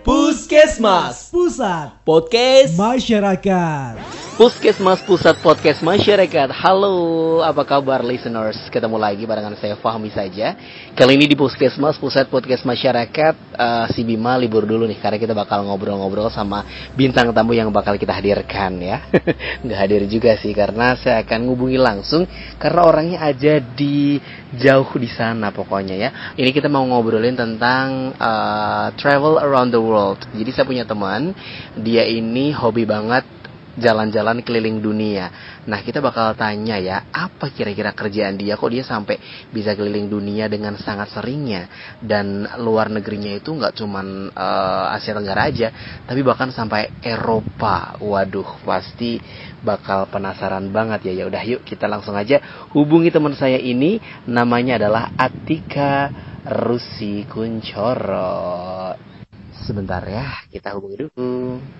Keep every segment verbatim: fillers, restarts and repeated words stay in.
Puskesmas Pusat Podcast Masyarakat. Puskesmas Pusat Podcast Masyarakat. Halo, apa kabar listeners? Ketemu lagi barengan saya Fahmi saja. Kali ini di Puskesmas Pusat Podcast Masyarakat, uh, si Bima libur dulu nih, karena kita bakal ngobrol-ngobrol sama bintang tamu yang bakal kita hadirkan ya. Nggak hadir juga sih, karena saya akan ngubungi langsung, karena orangnya aja di jauh di sana pokoknya ya. Ini kita mau ngobrolin tentang uh, travel around the world. Jadi saya punya teman, dia ini hobi banget jalan-jalan keliling dunia. Nah, kita bakal tanya ya, apa kira-kira kerjaan dia, kok dia sampai bisa keliling dunia dengan sangat seringnya. Dan luar negerinya itu nggak cuman uh, Asia Tenggara aja, tapi bahkan sampai Eropa. Waduh, pasti bakal penasaran banget ya. Ya udah, yuk kita langsung aja hubungi teman saya ini. Namanya adalah Atika Rusi Kuncoro. Sebentar ya, kita hubungi dulu.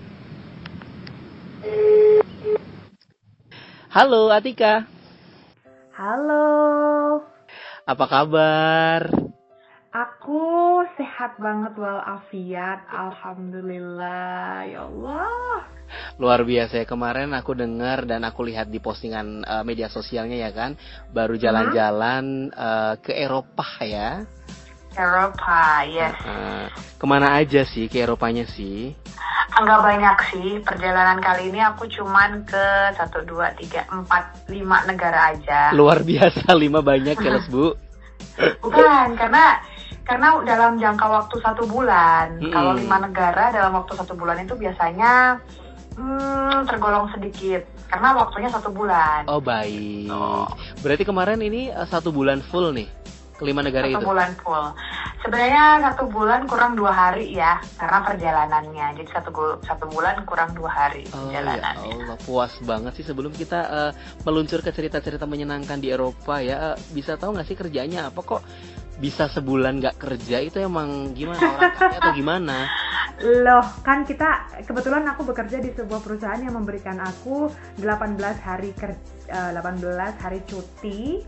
Halo Atika. Halo. Apa kabar? Aku sehat banget walafiat. Alhamdulillah. Ya Allah. Luar biasa ya, kemarin aku dengar dan aku lihat di postingan uh, media sosialnya ya kan, baru jalan-jalan uh, ke Eropa ya. Eropa, yes. Uh, kemana aja sih ke Eropanya sih? Enggak banyak sih. Perjalanan kali ini aku cuman ke satu, dua, tiga, empat, lima negara aja. Luar biasa, lima banyak ya Les Bu? Bukan, karena karena dalam jangka waktu satu bulan. Hmm. Kalau lima negara dalam waktu satu bulan itu biasanya hmm, tergolong sedikit. Karena waktunya satu bulan. Oh baik. Oh. Berarti kemarin ini uh, satu bulan full nih? Kelima negara satu itu? Satu bulan full. Sebenarnya satu bulan kurang dua hari ya, karena perjalanannya. Jadi satu, satu bulan kurang dua hari perjalanannya. Oh ya Allah, puas banget sih. Sebelum kita uh, meluncur ke cerita-cerita menyenangkan di Eropa ya, uh, bisa tahu nggak sih kerjanya apa, kok bisa sebulan nggak kerja? Itu emang gimana, orang kaya atau gimana? Loh, kan kita, kebetulan aku bekerja di sebuah perusahaan yang memberikan aku delapan belas hari kerja, uh, delapan belas hari cuti.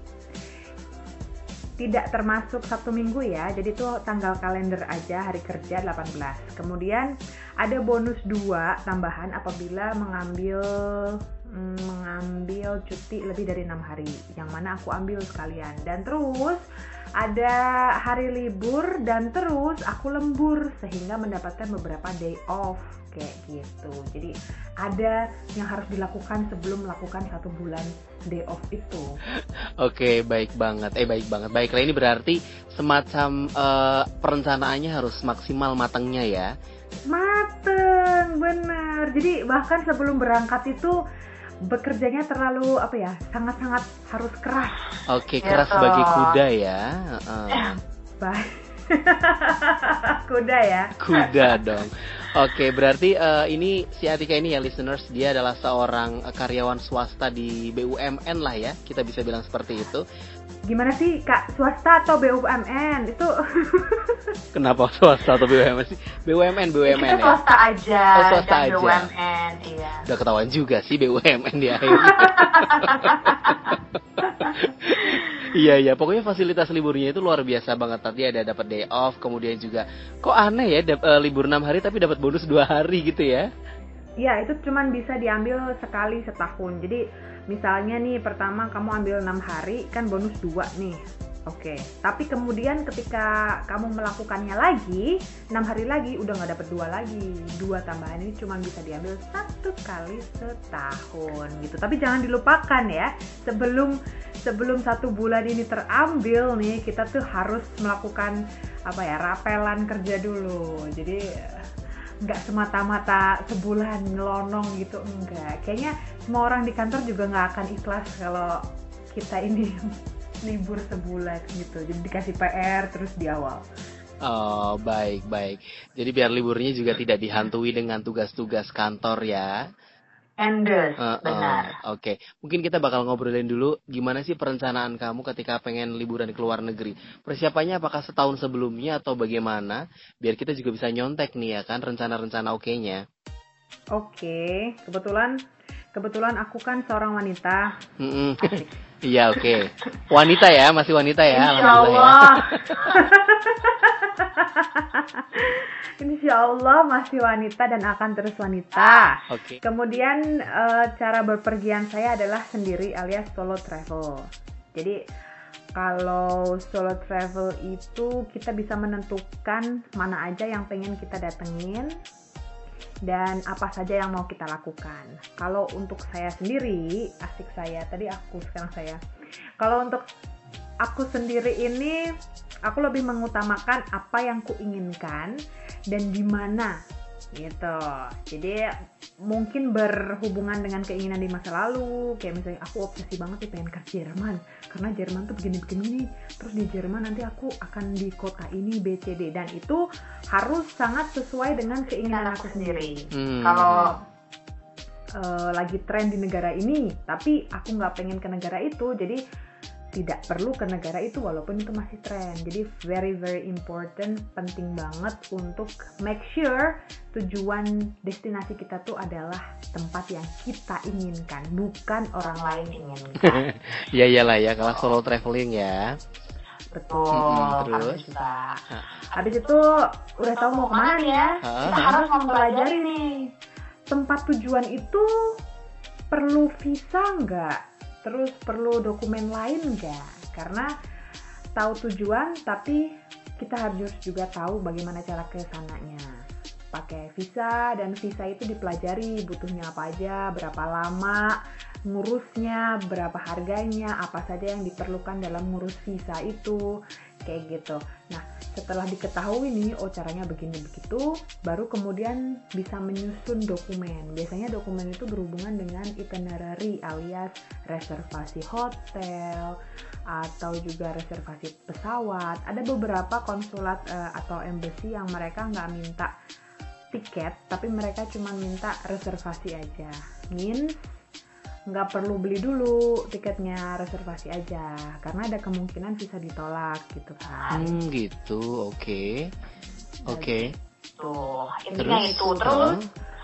Tidak termasuk Sabtu Minggu ya, jadi itu tanggal kalender aja, hari kerja delapan belas. Kemudian ada bonus dua tambahan apabila mengambil mm, mengambil cuti lebih dari enam hari, yang mana aku ambil sekalian. Dan terus ada hari libur dan terus aku lembur, sehingga mendapatkan beberapa day off kayak gitu. Jadi ada yang harus dilakukan sebelum melakukan satu bulan day off itu. Oke, baik banget. Eh, baik banget. Baiklah, ini berarti semacam uh, perencanaannya harus maksimal matangnya ya. Mateng, bener. Jadi bahkan sebelum berangkat itu bekerjanya terlalu apa ya? Sangat-sangat harus keras. Oke, keras gitu. Bagi kuda ya. Uh. Baik. Kuda ya. Kuda dong. Oke, berarti uh, ini si Atika ini ya listeners, dia adalah seorang uh, karyawan swasta di B U M N lah ya, kita bisa bilang seperti itu. Gimana sih Kak, swasta atau B U M N itu? Kenapa swasta atau B U M N sih? B U M N, B U M N ya. Kita swasta aja. Oh, swasta aja. B U M N, iya. Udah ketahuan juga sih B U M N di akhirnya. Iya iya, pokoknya fasilitas liburnya itu luar biasa banget. Tadi ada dapat day off, kemudian juga kok aneh ya, dap- uh, libur enam hari tapi dapat bonus dua hari gitu ya. Iya, itu cuman bisa diambil sekali setahun. Jadi misalnya nih, pertama kamu ambil enam hari, kan bonus dua nih. Oke, tapi kemudian ketika kamu melakukannya lagi, enam hari lagi udah gak dapet dua lagi. Dua tambahan ini cuma bisa diambil satu kali setahun gitu. Tapi jangan dilupakan ya, sebelum sebelum satu bulan ini terambil nih, kita tuh harus melakukan apa ya, rapelan kerja dulu. Jadi nggak semata-mata sebulan nyelonong gitu, enggak. Kayaknya semua orang di kantor juga nggak akan ikhlas kalau kita ini libur sebulan gitu, jadi dikasih P R terus di awal. Oh, baik, baik. Jadi biar liburnya juga tidak dihantui dengan tugas-tugas kantor ya. Endes, uh, uh, benar. Oke, okay. Mungkin kita bakal ngobrolin dulu gimana sih perencanaan kamu ketika pengen liburan ke luar negeri. Persiapannya apakah setahun sebelumnya atau bagaimana? Biar kita juga bisa nyontek nih ya kan, rencana-rencana oke-nya. Oke, okay. kebetulan kebetulan aku kan seorang wanita. Iya, oke. Okay. Wanita ya, masih wanita ya. Insya Allah. Insya Allah masih wanita dan akan terus wanita. Oke. Kemudian eh, cara berpergian saya adalah sendiri alias solo travel. Jadi kalau solo travel itu kita bisa menentukan mana aja yang pengen kita datengin dan apa saja yang mau kita lakukan. Kalau untuk saya sendiri, asik saya, tadi aku sekarang saya. Kalau untuk aku sendiri ini, aku lebih mengutamakan apa yang kuinginkan dan di mana gitu. Jadi mungkin berhubungan dengan keinginan di masa lalu, kayak misalnya aku obsesi banget nih pengen ke Jerman karena Jerman tuh begini-begini, terus di Jerman nanti aku akan di kota ini B C D, dan itu harus sangat sesuai dengan keinginan aku sendiri. Hmm. Kalau uh, lagi tren di negara ini tapi aku nggak pengen ke negara itu, jadi tidak perlu ke negara itu walaupun itu masih tren. Jadi very very important, penting banget untuk make sure tujuan destinasi kita tuh adalah tempat yang kita inginkan, bukan orang lain inginkan. Ya iyalah ya kalau solo traveling ya. Betul. Hmm, terus bisa. Habis itu udah tahu mau kemana nih ya, kita harus mempelajari nih tempat tujuan itu perlu visa nggak? Terus perlu dokumen lain nggak? Karena tahu tujuan tapi kita harus juga tahu bagaimana cara ke sananya. Pakai visa, dan visa itu dipelajari butuhnya apa aja, berapa lama ngurusnya, berapa harganya, apa saja yang diperlukan dalam ngurus visa itu, kayak gitu. Nah, setelah diketahui nih, oh caranya begini begitu, baru kemudian bisa menyusun dokumen. Biasanya dokumen itu berhubungan dengan itinerary alias reservasi hotel atau juga reservasi pesawat. Ada beberapa konsulat uh, atau embassy yang mereka nggak minta tiket, tapi mereka cuma minta reservasi aja. Means nggak perlu beli dulu tiketnya, reservasi aja, karena ada kemungkinan bisa ditolak gitu kan. Hmm, gitu, oke, okay. oke. Okay. Tuh, intinya itu. Terus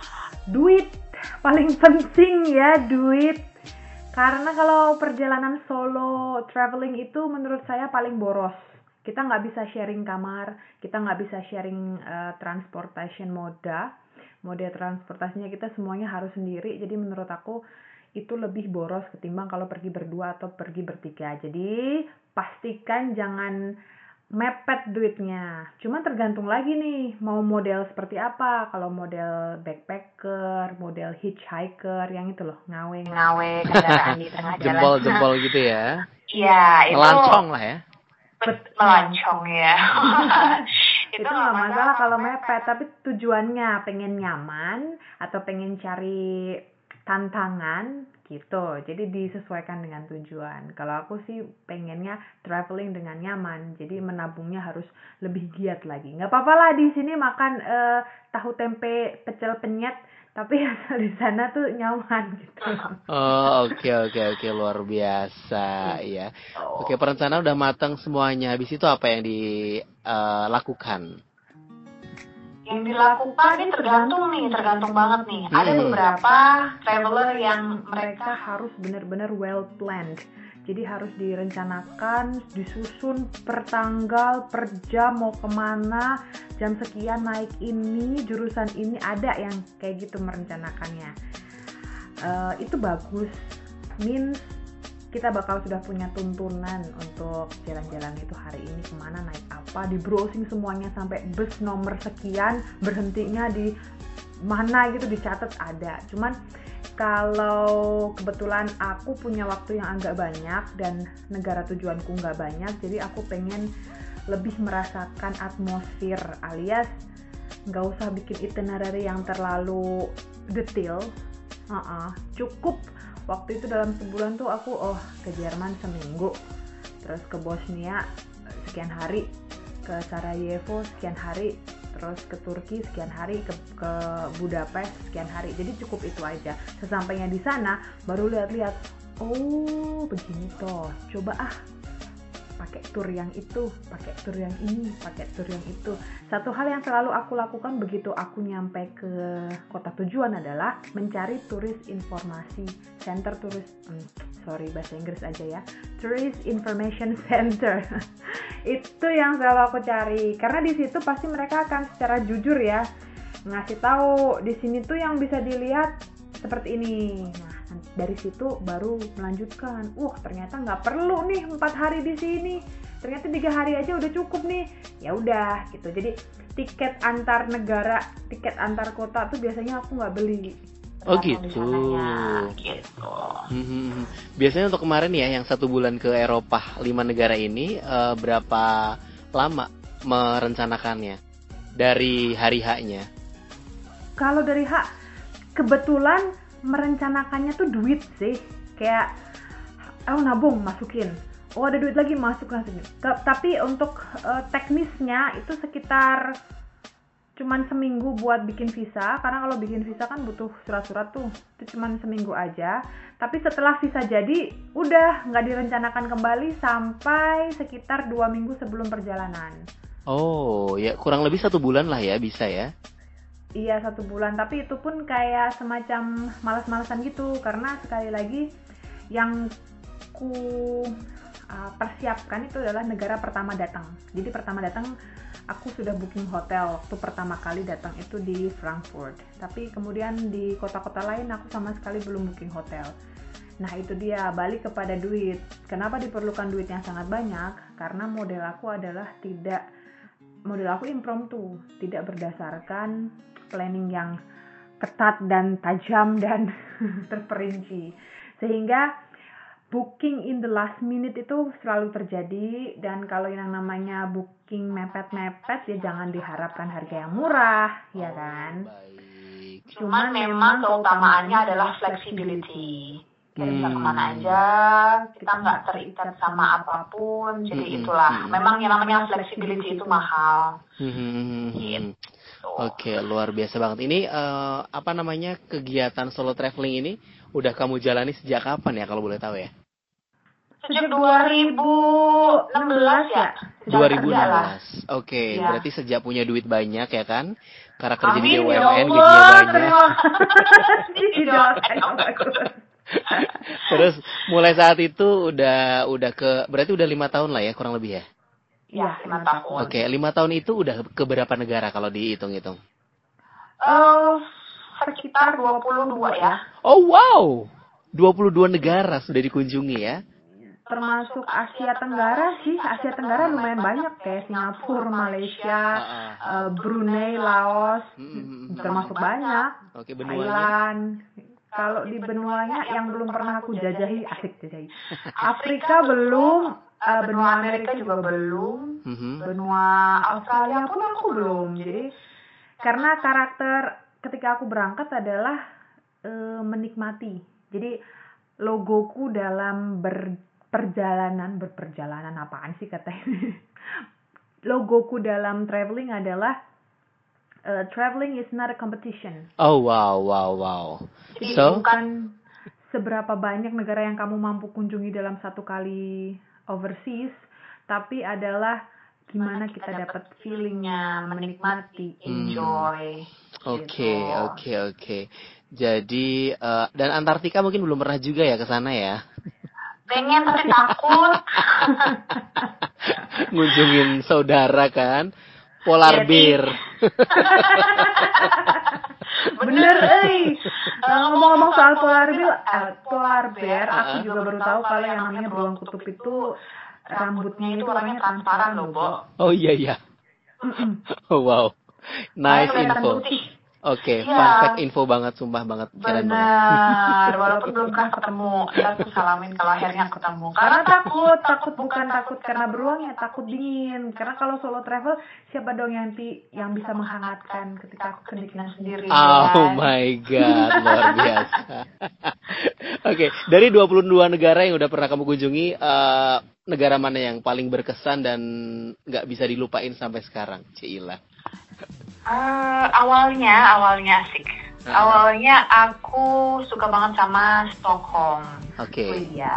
duit paling penting ya, duit. Karena kalau perjalanan solo traveling itu menurut saya paling boros. Kita nggak bisa sharing kamar, kita nggak bisa sharing uh, transportation moda, mode transportasinya kita semuanya harus sendiri. Jadi menurut aku itu lebih boros ketimbang kalau pergi berdua atau pergi bertiga. Jadi pastikan jangan mepet duitnya. Cuma tergantung lagi nih mau model seperti apa. Kalau model backpacker, model hitchhiker, yang itu loh, ngawe-ngawe kendaraan di tengah jalan. Jempol-jempol gitu ya. Iya, itu melancong lah ya. Melancong ya. Itu nggak masalah kalau mepet, tapi tujuannya pengen nyaman atau pengen cari tantangan gitu. Jadi disesuaikan dengan tujuan. Kalau aku sih pengennya traveling dengan nyaman, jadi menabungnya harus lebih giat lagi. Nggak apa-apa lah di sini makan uh, tahu tempe pecel penyet, tapi asal di sana tuh nyaman gitu. Oh oke okay, oke okay, oke okay. Luar biasa ya. Oh. Oke, perencanaan udah matang semuanya. Habis itu apa yang dilakukan? Uh, yang dilakukan ini tergantung nih, tergantung banget nih. Hmm. Ada beberapa traveler yang mereka harus benar-benar well planned. Jadi harus direncanakan, disusun per tanggal, per jam mau kemana, jam sekian naik ini, jurusan ini, ada yang kayak gitu merencanakannya. Uh, itu bagus, means kita bakal sudah punya tuntunan untuk jalan-jalan itu hari ini kemana, naik apa, di browsing semuanya sampai bus nomor sekian, berhentinya di mana gitu dicatat ada. Cuman kalau kebetulan aku punya waktu yang agak banyak dan negara tujuanku nggak banyak, jadi aku pengen lebih merasakan atmosfer alias nggak usah bikin itinerary yang terlalu detail. Uh-uh. Cukup waktu itu dalam sebulan tuh aku oh ke Jerman seminggu, terus ke Bosnia sekian hari, ke Sarajevo sekian hari, terus ke Turki sekian hari, ke, ke Budapest sekian hari. Jadi cukup itu aja. Sesampainya di sana baru lihat-lihat, oh begini toh, coba ah pakai tour yang itu, pakai tour yang ini, pakai tour yang itu. Satu hal yang selalu aku lakukan begitu aku nyampe ke kota tujuan adalah mencari turis informasi center turis, hmm, sorry bahasa Inggris aja ya, tourist information center. Itu yang selalu aku cari karena di situ pasti mereka akan secara jujur ya ngasih tahu di sini tuh yang bisa dilihat seperti ini. Nah, dari situ baru melanjutkan. Wah, ternyata nggak perlu nih empat hari di sini. Ternyata tiga hari aja udah cukup nih. Ya udah gitu. Jadi tiket antar negara, tiket antar kota tuh biasanya aku nggak beli. Oh gitu. Gitu. Hmm, biasanya untuk kemarin ya, yang satu bulan ke Eropa lima negara ini, uh, berapa lama merencanakannya dari hari H-nya? Kalau dari H, kebetulan merencanakannya tuh duit sih, kayak oh nabung masukin, oh ada duit lagi masuk masukin. T- tapi untuk uh, teknisnya itu sekitar cuman seminggu buat bikin visa, karena kalau bikin visa kan butuh surat-surat tuh, itu cuman seminggu aja. Tapi setelah visa jadi udah nggak direncanakan kembali sampai sekitar dua minggu sebelum perjalanan. Oh ya, kurang lebih satu bulan lah ya, bisa ya. Iya, satu bulan, tapi itu pun kayak semacam malas-malasan gitu, karena sekali lagi yang ku uh, persiapkan itu adalah negara pertama datang. Jadi pertama datang aku sudah booking hotel waktu pertama kali datang itu di Frankfurt, tapi kemudian di kota-kota lain aku sama sekali belum booking hotel. Nah itu dia, balik kepada duit. Kenapa diperlukan duit yang sangat banyak? Karena model aku adalah tidak, model aku impromptu, tidak berdasarkan planning yang ketat dan tajam dan terperinci, sehingga booking in the last minute itu selalu terjadi. Dan kalau yang namanya booking mepet-mepet ya jangan diharapkan harga yang murah, ya kan. Baik. Cuman memang keutamaannya adalah flexibility. Kita bisa kemana aja, kita nggak terikat sama apapun. Jadi itulah, memang yang namanya flexibility itu mahal. Gitu. Oke, luar biasa banget. Ini uh, apa namanya, kegiatan solo traveling ini udah kamu jalani sejak kapan ya kalau boleh tahu ya? Sejak dua ribu enam belas ya. dua ribu enam belas. Oke, ya. Berarti sejak punya duit banyak ya kan? Karena kerja di B U M N, gajinya banyak. Terus mulai saat itu udah udah ke, berarti udah lima tahun lah ya kurang lebih ya? Iya, lima tahun. Oke, lima tahun itu udah ke berapa negara kalau dihitung-hitung? Uh, sekitar dua puluh dua ya. Oh wow, dua puluh dua negara sudah dikunjungi ya? Termasuk Asia Tenggara sih. Asia Tenggara lumayan banyak, kayak Singapura, Malaysia, uh, Brunei, Laos, hmm, termasuk banyak. Oke, benuanya? Thailand. Kalau di benuanya yang belum pernah aku jajahi, asik jajahi. Afrika belum. Uh, benua Amerika juga belum, mm-hmm. benua Australia pun aku belum. Jadi karena karakter ketika aku berangkat adalah uh, menikmati. Jadi logoku dalam berperjalanan, berperjalanan apaan sih katanya? Logoku dalam traveling adalah uh, traveling is not a competition. Oh wow wow wow. Jadi so? bukan seberapa banyak negara yang kamu mampu kunjungi dalam satu kali overseas, tapi adalah gimana kita dapat feelingnya, menikmati, enjoy. Oke oke oke. Jadi uh, dan Antartika mungkin belum pernah juga ya ke sana ya? Pengen tapi takut. Ngunjungin saudara kan, polar bear. Bener, eh. Uh, ngomong-ngomong soal polar bear, uh, polar bear, aku uh-huh. juga baru tahu kalau yang namanya beruang kutub itu rambutnya itu warnanya transparan loh, Bo. Oh iya iya. Oh wow, nice info. Oke, okay, ya. Fun fact info banget, sumpah banget. Benar, walaupun belum pernah ketemu, ya aku salamin kalau akhirnya ketemu. Karena takut, takut bukan takut karena beruang ya, takut dingin. Karena kalau solo travel, siapa dong yang ti, yang bisa menghangatkan ketika aku kedinginan sendiri. Oh kan? My God, luar biasa. Oke, okay, dari dua puluh dua negara yang udah pernah kamu kunjungi, uh, negara mana yang paling berkesan dan nggak bisa dilupain sampai sekarang, Cila? Uh, awalnya, awalnya asik. Uh-huh. Awalnya aku suka banget sama Stockholm, okay. Swedia.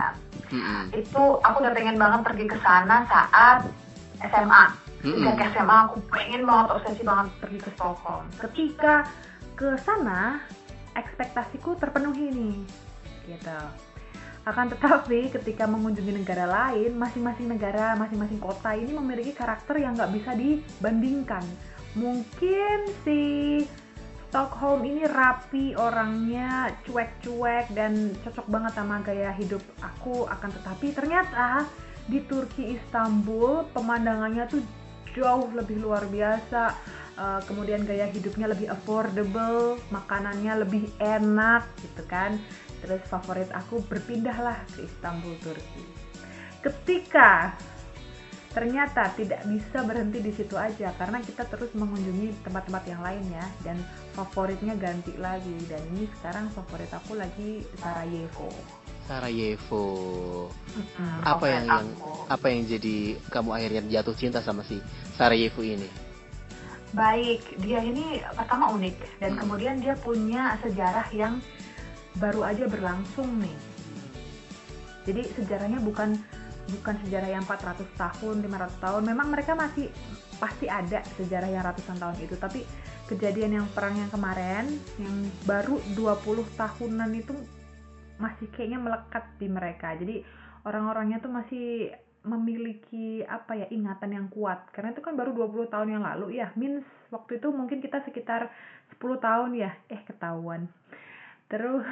Mm-mm. Itu aku udah pengen banget pergi ke sana saat S M A. Sejak S M A aku pengen banget, obsesi banget pergi ke Stockholm. Ketika ke sana, ekspektasiku terpenuhi nih, gitu. Akan tetapi ketika mengunjungi negara lain, masing-masing negara, masing-masing kota ini memiliki karakter yang nggak bisa dibandingkan. Mungkin si Stockholm ini rapi orangnya, cuek-cuek dan cocok banget sama gaya hidup aku. Akan tetapi ternyata di Turki Istanbul pemandangannya tuh jauh lebih luar biasa. Uh, kemudian gaya hidupnya lebih affordable, makanannya lebih enak gitu kan. Terus favorit aku berpindahlah ke Istanbul, Turki. Ketika ternyata tidak bisa berhenti di situ aja, karena kita terus mengunjungi tempat-tempat yang lain ya, dan favoritnya ganti lagi. Dan ini sekarang favorit aku lagi Sarajevo. Sarajevo. Hmm, apa yang, yang apa yang jadi kamu akhirnya jatuh cinta sama si Sarajevo ini? Baik, dia ini pertama unik dan hmm. kemudian dia punya sejarah yang baru aja berlangsung nih. Jadi sejarahnya bukan bukan sejarah yang empat ratus tahun, lima ratus tahun. Memang mereka masih pasti ada sejarah yang ratusan tahun itu, tapi kejadian yang perang yang kemarin yang baru dua puluh tahunan itu masih kayaknya melekat di mereka. Jadi orang-orangnya tuh masih memiliki apa ya, ingatan yang kuat. Karena itu kan baru dua puluh tahun yang lalu ya. Means waktu itu mungkin kita sekitar sepuluh tahun ya. Eh ketahuan. Terus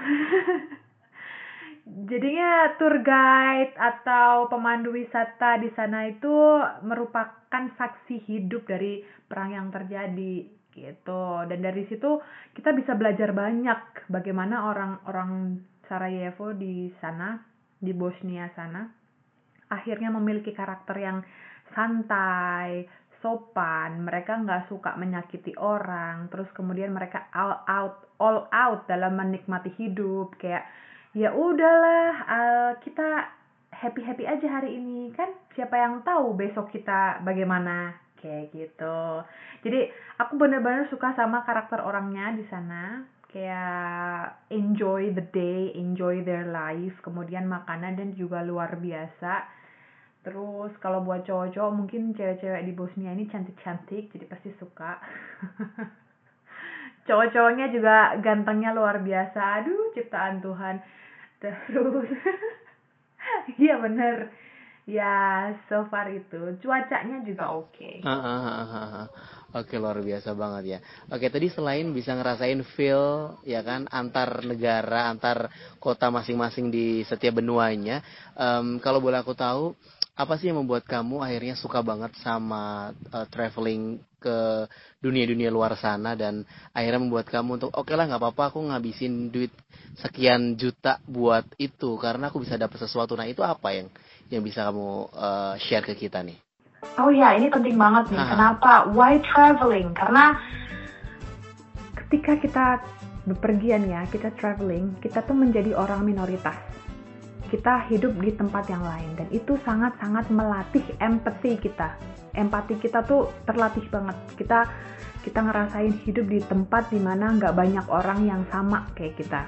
jadinya tour guide atau pemandu wisata di sana itu merupakan saksi hidup dari perang yang terjadi gitu. Dan dari situ kita bisa belajar banyak bagaimana orang-orang Sarajevo di sana, di Bosnia sana, akhirnya memiliki karakter yang santai, sopan. Mereka nggak suka menyakiti orang. Terus kemudian mereka all out, all out dalam menikmati hidup. Kayak ya udahlah, uh, kita happy happy aja hari ini kan. Siapa yang tahu besok kita bagaimana, kayak gitu. Jadi aku benar-benar suka sama karakter orangnya di sana. Kayak enjoy the day, enjoy their life. Kemudian makanan dan juga luar biasa. Terus kalau buat cowok-cowok mungkin cewek-cewek di Bosnia ini cantik-cantik, jadi pasti suka. Cowok-cowoknya juga gantengnya luar biasa. Aduh, ciptaan Tuhan. Terus iya bener. Ya, so far itu. Cuacanya juga oke. Okay. Uh, uh, uh, uh, uh. Oke, luar biasa banget ya. Oke, tadi selain bisa ngerasain feel ya kan antar negara, antar kota masing-masing di setiap benuanya, um, kalau boleh aku tahu, apa sih yang membuat kamu akhirnya suka banget sama uh, traveling ke dunia-dunia luar sana dan akhirnya membuat kamu untuk oke okay lah nggak apa-apa aku ngabisin duit sekian juta buat itu karena aku bisa dapat sesuatu. Nah itu apa yang yang bisa kamu uh, share ke kita nih? Oh ya, ini penting banget nih. Aha. Kenapa? Why traveling? Karena ketika kita bepergian ya, kita traveling, kita tuh menjadi orang minoritas. Kita hidup di tempat yang lain dan itu sangat-sangat melatih empati kita. Empati kita tuh terlatih banget. Kita kita ngerasain hidup di tempat dimana nggak banyak orang yang sama kayak kita.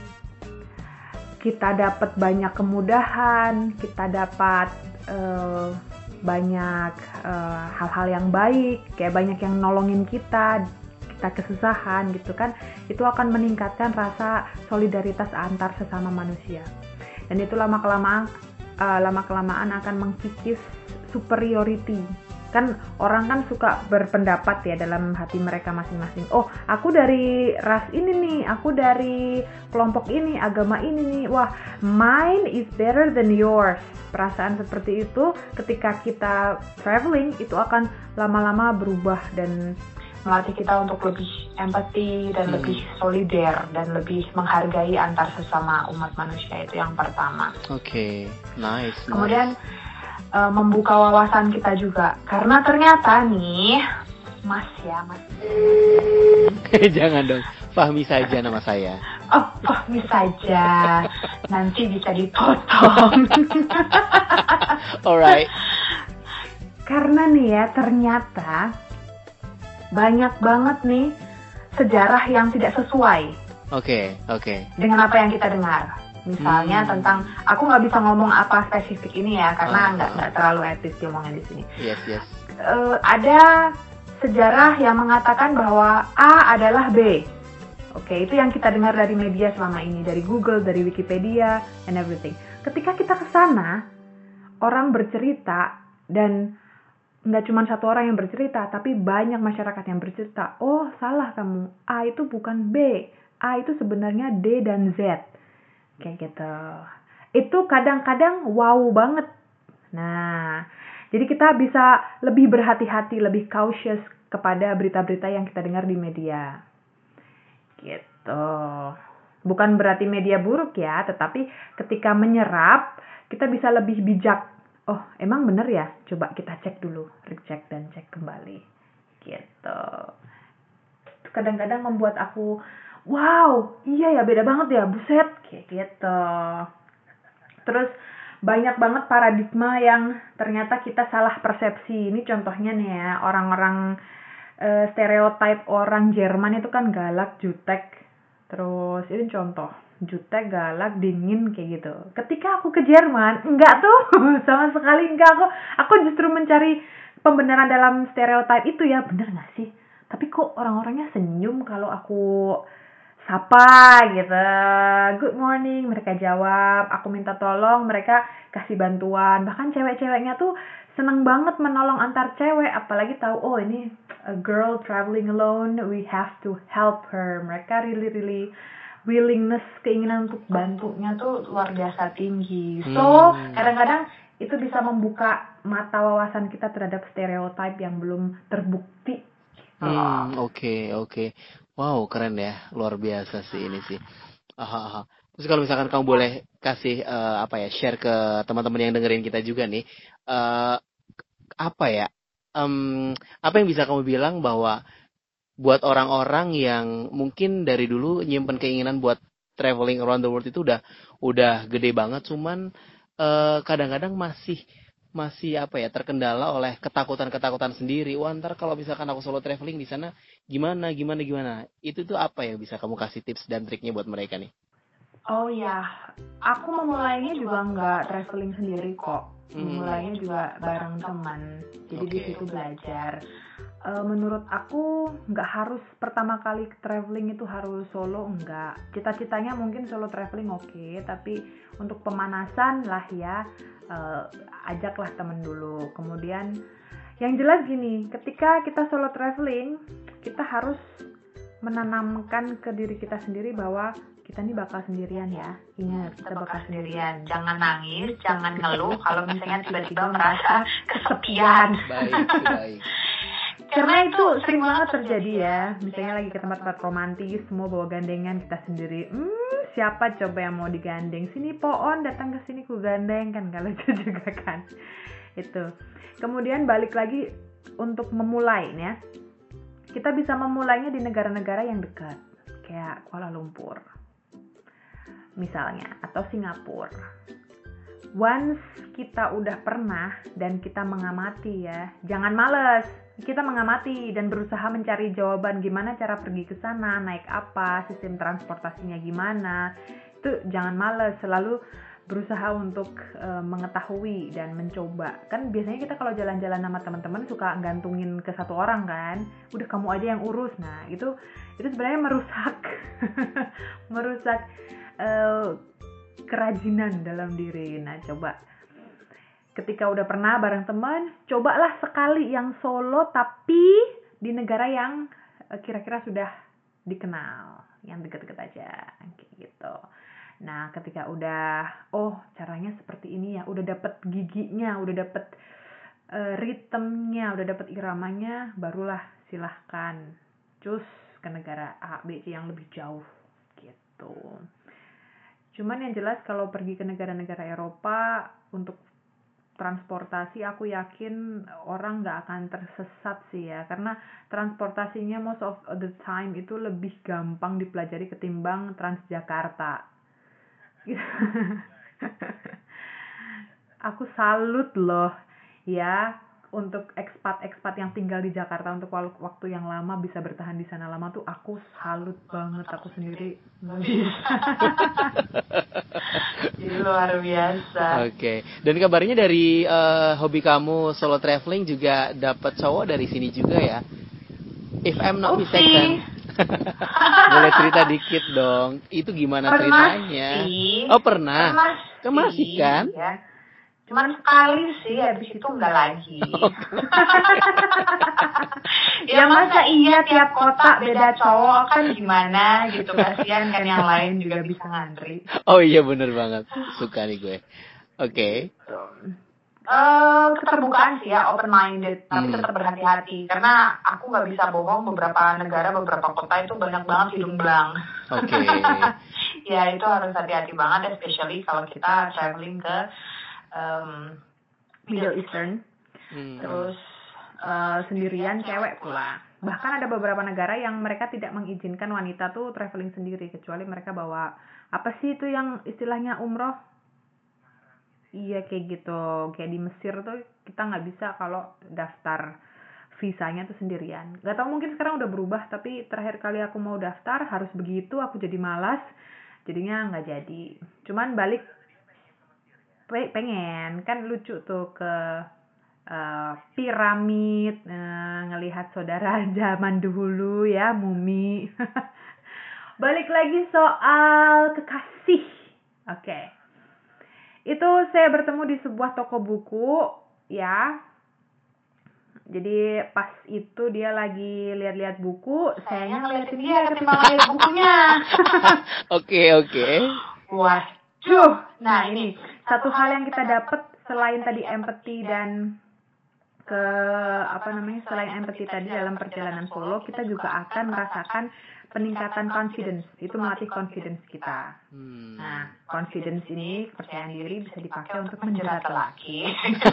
Kita dapat banyak kemudahan, kita dapat uh, banyak uh, hal-hal yang baik, kayak banyak yang nolongin kita, kita kesusahan gitu kan. Itu akan meningkatkan rasa solidaritas antar sesama manusia. Dan itu lama-kelamaan uh, lama-kelamaan akan mengkikis superiority. Kan orang kan suka berpendapat ya dalam hati mereka masing-masing. Oh, aku dari ras ini nih, aku dari kelompok ini, agama ini nih. Wah, mine is better than yours. Perasaan seperti itu ketika kita traveling itu akan lama-lama berubah dan melatih kita untuk lebih empati dan hmm. lebih solider dan lebih menghargai antar sesama umat manusia. Itu yang pertama. Oke, okay. nice. Kemudian nice. Uh, membuka wawasan kita juga karena ternyata nih Mas ya Mas jangan dong, Fahmi saja nama saya. Oh, Fahmi saja nanti bisa dipotong. Alright. Karena nih ya ternyata banyak banget nih sejarah yang tidak sesuai. Oke, okay, oke. Okay. Dengan apa yang kita dengar. Misalnya Hmm. tentang, aku nggak bisa ngomong apa spesifik ini ya karena Ah. nggak nggak terlalu etis diomongin di sini. Yes, yes. Eh, ada sejarah yang mengatakan bahwa A adalah B. Oke, itu yang kita dengar dari media selama ini, dari Google, dari Wikipedia, and everything. Ketika kita ke sana, orang bercerita, dan nggak cuma satu orang yang bercerita, tapi banyak masyarakat yang bercerita, oh salah kamu, A itu bukan B, A itu sebenarnya D dan Z. Kayak gitu. Itu kadang-kadang wow banget. Nah, jadi kita bisa lebih berhati-hati, lebih cautious kepada berita-berita yang kita dengar di media. Gitu. Bukan berarti media buruk ya, tetapi ketika menyerap, kita bisa lebih bijak. Oh, emang bener ya? Coba kita cek dulu, recheck dan cek kembali. Gitu. Kadang-kadang membuat aku, wow, iya ya, beda banget ya, buset, kayak gitu. Terus banyak banget paradigma yang ternyata kita salah persepsi. Ini contohnya nih ya, orang-orang uh, stereotip orang Jerman itu kan galak, jutek. Terus ini contoh, jutek, galak, dingin kayak gitu. Ketika aku ke Jerman, enggak tuh, sama sekali enggak. Aku aku justru mencari pembenaran dalam stereotip itu ya, bener nggak sih? Tapi kok orang-orangnya senyum kalau aku sapa gitu, good morning, mereka jawab, aku minta tolong, mereka kasih bantuan. Bahkan cewek-ceweknya tuh seneng banget menolong antar cewek, apalagi tahu oh ini a girl traveling alone, we have to help her. Mereka really really willingness, keinginan untuk bantunya tuh luar biasa tinggi. So Hmm. kadang-kadang itu bisa membuka mata wawasan kita terhadap stereotip yang belum terbukti. Hmm, oke, oke. Wow, keren ya. Luar biasa sih ini sih. Aha, aha. Terus kalau misalkan kamu boleh kasih eh, apa ya, share ke teman-teman yang dengerin kita juga nih, eh apa ya? Em, apa yang bisa kamu bilang bahwa buat orang-orang yang mungkin dari dulu nyimpen keinginan buat traveling around the world itu udah udah gede banget, cuman eh, kadang-kadang masih masih apa ya, terkendala oleh ketakutan-ketakutan sendiri. Wah, ntar kalau misalkan aku solo traveling di sana gimana gimana gimana. Itu tuh apa ya, bisa kamu kasih tips dan triknya buat mereka nih? Oh ya, aku memulainya juga nggak traveling sendiri kok. Hmm. Memulainya juga bareng teman. Jadi di Oke. situ belajar. Eh, menurut aku nggak harus pertama kali traveling itu harus solo, enggak. Cita-citanya mungkin solo traveling oke, tapi untuk pemanasan lah ya, eh, ajaklah temen dulu. Kemudian yang jelas gini, ketika kita solo traveling, kita harus menanamkan ke diri kita sendiri bahwa kita nih bakal sendirian ya. Ingat, kita bakal sendirian. Jangan nangis, jangan ngeluh kalau misalnya tiba-tiba merasa kesepian. Baik, itu baik. Karena itu sering banget terjadi ya. Misalnya lagi ke tempat-tempat romantis, semua bawa gandengan, kita sendiri. Hmm, siapa coba yang mau digandeng? Sini Poon, datang ke sini ku gandeng, kan gak lucu juga kan. Itu. Kemudian balik lagi untuk memulai ya. Kita bisa memulainya di negara-negara yang dekat, kayak Kuala Lumpur misalnya, atau Singapura. Once kita udah pernah dan kita mengamati ya, jangan males. Kita mengamati dan berusaha mencari jawaban gimana cara pergi ke sana, naik apa, sistem transportasinya gimana. Itu jangan males, selalu berusaha untuk uh, mengetahui dan mencoba. Kan biasanya kita kalau jalan-jalan sama teman-teman suka gantungin ke satu orang kan, udah kamu aja yang urus. Nah itu itu sebenarnya merusak merusak uh, kerajinan dalam diri. Nah coba ketika udah pernah bareng teman, cobalah sekali yang solo tapi di negara yang uh, kira-kira sudah dikenal, yang deket-deket aja kayak gitu. Nah, ketika udah, oh caranya seperti ini ya, udah dapet giginya, udah dapet uh, ritmenya, udah dapet iramanya, barulah silahkan cus ke negara A, B, C yang lebih jauh, gitu. Cuman yang jelas kalau pergi ke negara-negara Eropa, untuk transportasi aku yakin orang nggak akan tersesat sih ya, karena transportasinya most of the time itu lebih gampang dipelajari ketimbang Transjakarta. Aku salut loh ya, untuk ekspat-ekspat yang tinggal di Jakarta untuk waktu yang lama bisa bertahan di sana lama tuh aku salut banget, aku sendiri nggak bisa. Jadi luar biasa. Oke. Okay. Dan kabarnya dari uh, hobi kamu solo traveling juga dapat cowok dari sini juga ya? If I'm not Upsi. mistaken. Boleh cerita dikit dong. Itu gimana pernah ceritanya? Sih. Oh pernah. Pernah kan masih kan? Ya. Cuman sekali sih, habis itu enggak lagi. Ya masa iya tiap kota beda cowok kan gimana gitu, kasihan kan yang lain juga bisa ngantri. Oh iya bener banget, suka nih gue. Oke. Okay. Uh, keterbukaan sih ya, open minded, tapi hmm. tetap berhati-hati karena aku nggak bisa bohong, beberapa negara, beberapa kota itu banyak banget hidung belang. Oke. Okay. Ya itu harus hati-hati banget, especially kalau kita traveling ke um, Middle Eastern, hmm. terus uh, sendirian cewek pula. Bahkan ada beberapa negara yang mereka tidak mengizinkan wanita tuh traveling sendiri kecuali mereka bawa apa sih itu yang istilahnya umroh? Iya kayak gitu, kayak di Mesir tuh kita nggak bisa kalau daftar visanya tuh sendirian. Gak tau mungkin sekarang udah berubah, tapi terakhir kali aku mau daftar harus begitu, aku jadi malas, jadinya nggak jadi. Cuman balik pengen kan lucu tuh ke uh, piramid, uh, ngelihat saudara zaman dulu ya, mumi. Balik lagi soal kekasih. Oke. Okay. Itu saya bertemu di sebuah toko buku ya. Jadi pas itu dia lagi lihat-lihat buku, sayangnya ngeliatin dia ketimbang lihat bukunya. Oke, oke. Wah. Cuh, nah ini satu hal yang kita dapat selain tadi empathy dan ke apa namanya selain empathy tadi dalam perjalanan solo, kita juga akan merasakan peningkatan confidence. Itu melatih confidence kita. Hmm. Nah, confidence ini, kepercayaan diri bisa dipakai untuk menjerat lelaki.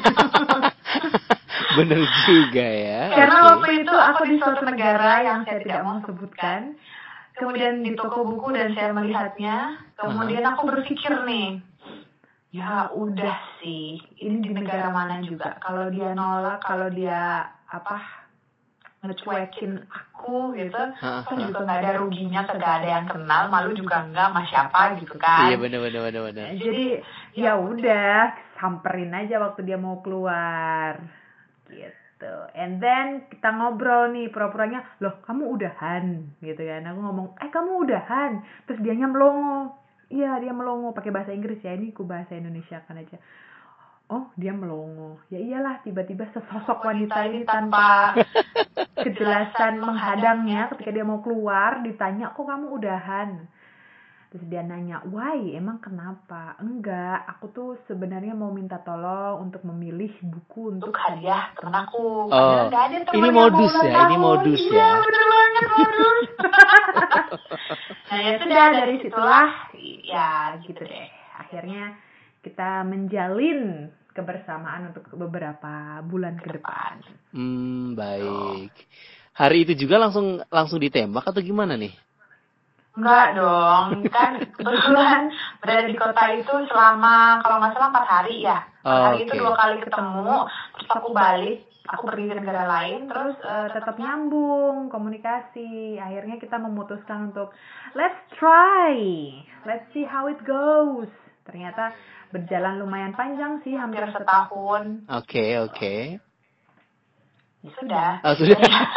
Bener juga ya. Karena okay. waktu itu aku di suatu negara yang saya tidak mau sebutkan. Kemudian di toko buku dan saya melihatnya, kemudian aku berpikir nih, ya udah sih, ini di negara mana juga, kalau dia nolak, kalau dia apa ngecuekin aku gitu, kan juga nggak ada ruginya, nggak ada yang kenal, malu juga nggak sama siapa gitu kan. Iya benar benar benar benar. Jadi ya udah samperin aja waktu dia mau keluar, gitu. And then kita ngobrol nih, pura-puranya, loh kamu udahan, gitu kan. Aku ngomong, eh kamu udahan, terus dianya melongo. Iya dia melongo, pakai bahasa Inggris ya, ini aku bahasa Indonesia kan aja. Oh dia melongo, ya iyalah tiba-tiba sesosok wanita ini tanpa kejelasan menghadangnya ketika dia mau keluar, ditanya kok kamu udahan. Terus dia nanya, why? Emang kenapa? Enggak, aku tuh sebenarnya mau minta tolong untuk memilih buku untuk hadiah temen aku. Oh, ada ini modus ya, ini modus ya. Iya, bener banget modus. Nah ya sudah, dari situlah, ya gitu deh. Akhirnya kita menjalin kebersamaan untuk beberapa bulan ke depan. Hmm, baik. Hari itu juga langsung langsung ditembak atau gimana nih? Enggak dong, kan kebetulan berada di kota itu selama kalau nggak salah empat hari ya. Oh, hari okay. itu dua kali ketemu, terus aku balik, aku pergi ke negara lain, terus uh, tetap nyambung komunikasi. Akhirnya kita memutuskan untuk let's try, let's see how it goes. Ternyata berjalan lumayan panjang sih, hampir setahun. Oke okay, oke. Okay. Ya sudah. Oh, sudah.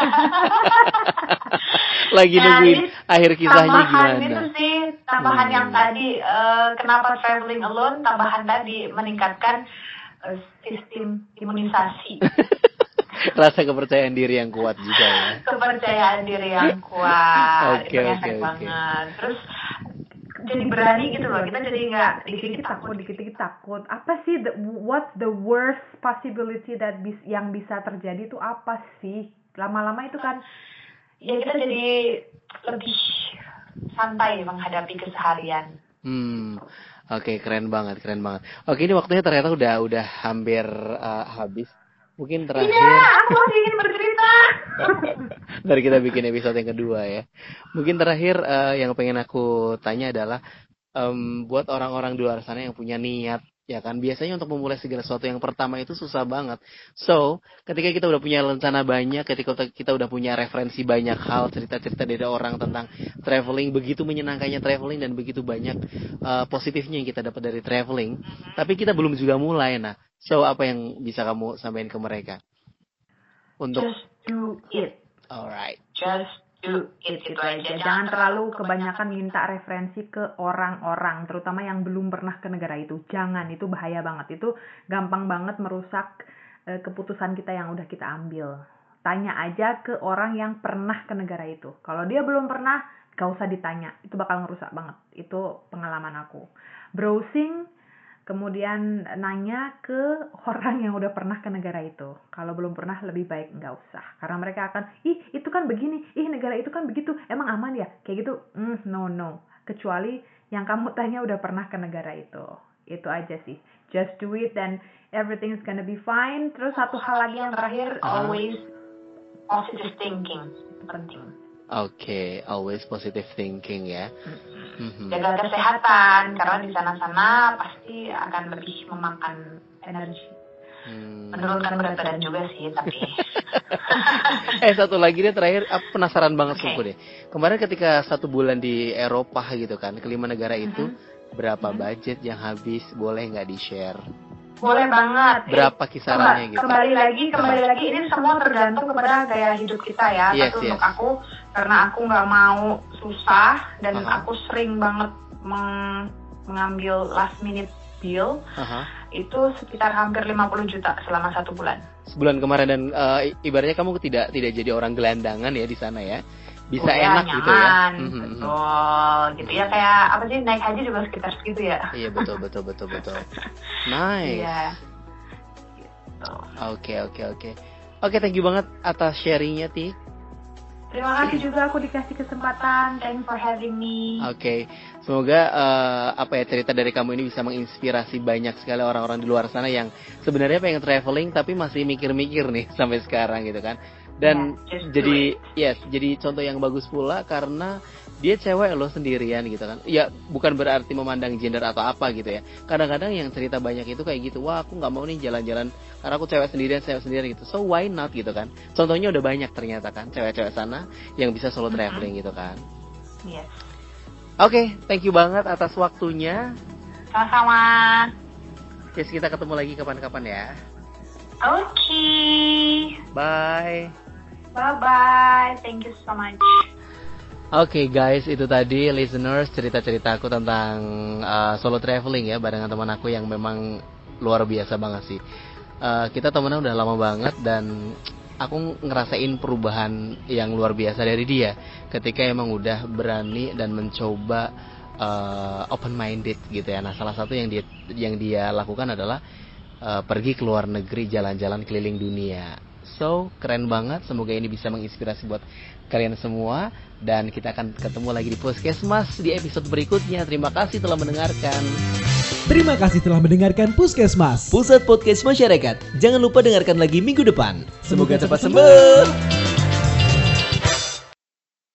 Lagi nah, nungguin akhir kisahnya gimana? Tambahan itu sih, tambahan hmm. yang tadi, uh, kenapa traveling alone, tambahan tadi meningkatkan uh, sistem imunisasi. Rasa kepercayaan diri yang kuat juga ya. Kepercayaan diri yang kuat, okay, itu okay, okay. banget. Terus jadi berani gitu loh, kita jadi nggak dikit-dikit takut, dikit-dikit takut. Apa sih, the, what's the worst possibility that bis, yang bisa terjadi itu apa sih? Lama-lama itu kan, ya kita jadi lebih santai menghadapi keseharian. Hmm, oke okay, keren banget, keren banget. Oke ini waktunya ternyata udah udah hampir uh, habis. Mungkin terakhir. Iya, aku masih ingin bercerita. Mari kita bikin episode yang kedua ya. Mungkin terakhir uh, yang pengen aku tanya adalah um, buat orang-orang di luar sana yang punya niat Ya kan, biasanya untuk memulai segala sesuatu yang pertama itu susah banget. So, ketika kita udah punya rencana banyak, ketika kita udah punya referensi banyak hal, cerita-cerita dari orang tentang traveling, begitu menyenangkannya traveling dan begitu banyak uh, positifnya yang kita dapat dari traveling, tapi kita belum juga mulai. Nah, so apa yang bisa kamu sampaikan ke mereka? Untuk Just do it. Alright. Just do it, itu aja. Jangan terlalu kebanyakan minta referensi ke orang-orang, terutama yang belum pernah ke negara itu. Jangan, itu bahaya banget. Itu gampang banget merusak uh, keputusan kita yang udah kita ambil. Tanya aja ke orang yang pernah ke negara itu. Kalau dia belum pernah, gak usah ditanya. Itu bakal ngerusak banget. Itu pengalaman aku. Browsing, kemudian nanya ke orang yang udah pernah ke negara itu. Kalau belum pernah, lebih baik nggak usah. Karena mereka akan, ih itu kan begini, ih negara itu kan begitu, emang aman ya? Kayak gitu, mm, no no. Kecuali yang kamu tanya udah pernah ke negara itu. Itu aja sih. Just do it and everything is gonna be fine. Terus satu hal lagi yang terakhir, Ah. always positive thinking. Itu penting. Oke, okay, always positive thinking ya. Mm-hmm. Jaga kesehatan, karena di sana-sana pasti akan lebih memakan energi. Hmm. Menurunkan berat badan juga sih, tapi eh satu lagi deh terakhir, aku penasaran banget okay. sungguh deh. Kemarin ketika satu bulan di Eropa gitu kan, kelima negara itu, mm-hmm. berapa mm-hmm. budget yang habis? Boleh nggak di share? Boleh banget. Berapa kisarannya Kembali, gitu? Kembali lagi, kembali lagi ini semua tergantung kepada gaya hidup kita ya. Yes, Tapi yes. untuk aku, karena aku nggak mau susah dan Uh-huh. aku sering banget meng- mengambil last minute deal, Uh-huh. itu sekitar hampir lima puluh juta selama satu bulan. Sebulan kemarin dan uh, ibaratnya kamu tidak tidak jadi orang gelandangan ya di sana ya. Bisa oh, enak ya, gitu ya. Mm-hmm. Betul, gitu ya, kayak apa sih, naik haji juga sekitar segitu ya. Iya betul betul betul betul. Nice. Iya. Gitu. Oke oke oke. Oke, thank you banget atas sharingnya Ti. Terima kasih juga aku dikasih kesempatan. Thanks for having me. Oke, okay. Semoga uh, apa ya cerita dari kamu ini bisa menginspirasi banyak sekali orang-orang di luar sana yang sebenarnya pengen traveling tapi masih mikir-mikir nih sampai sekarang gitu kan. Dan yeah, jadi yes, jadi contoh yang bagus pula karena dia cewek loh sendirian gitu kan. Ya bukan berarti memandang gender atau apa gitu ya. Kadang-kadang yang cerita banyak itu kayak gitu. Wah aku nggak mau nih jalan-jalan karena aku cewek sendirian, cewek sendirian gitu. So why not gitu kan. Contohnya udah banyak ternyata kan cewek-cewek sana yang bisa solo traveling gitu kan. Yes. Oke, okay, thank you banget atas waktunya. Sama-sama. Yes, kita ketemu lagi kapan-kapan ya. Oke. Okay. Bye. Bye-bye. Thank you so much. Oke okay, guys, itu tadi listeners cerita-cerita aku tentang uh, solo traveling ya barengan teman aku yang memang luar biasa banget sih. Uh, kita temenan udah lama banget dan aku ngerasain perubahan yang luar biasa dari dia ketika emang udah berani dan mencoba uh, open minded gitu ya. Nah, salah satu yang dia yang dia lakukan adalah uh, pergi ke luar negeri, jalan-jalan keliling dunia. So, keren banget. Semoga ini bisa menginspirasi buat kalian semua. Dan kita akan ketemu lagi di Puskesmas di episode berikutnya. Terima kasih telah mendengarkan. Terima kasih telah mendengarkan Puskesmas, Pusat Podcast Masyarakat. Jangan lupa dengarkan lagi minggu depan. Semoga cepat sembuh.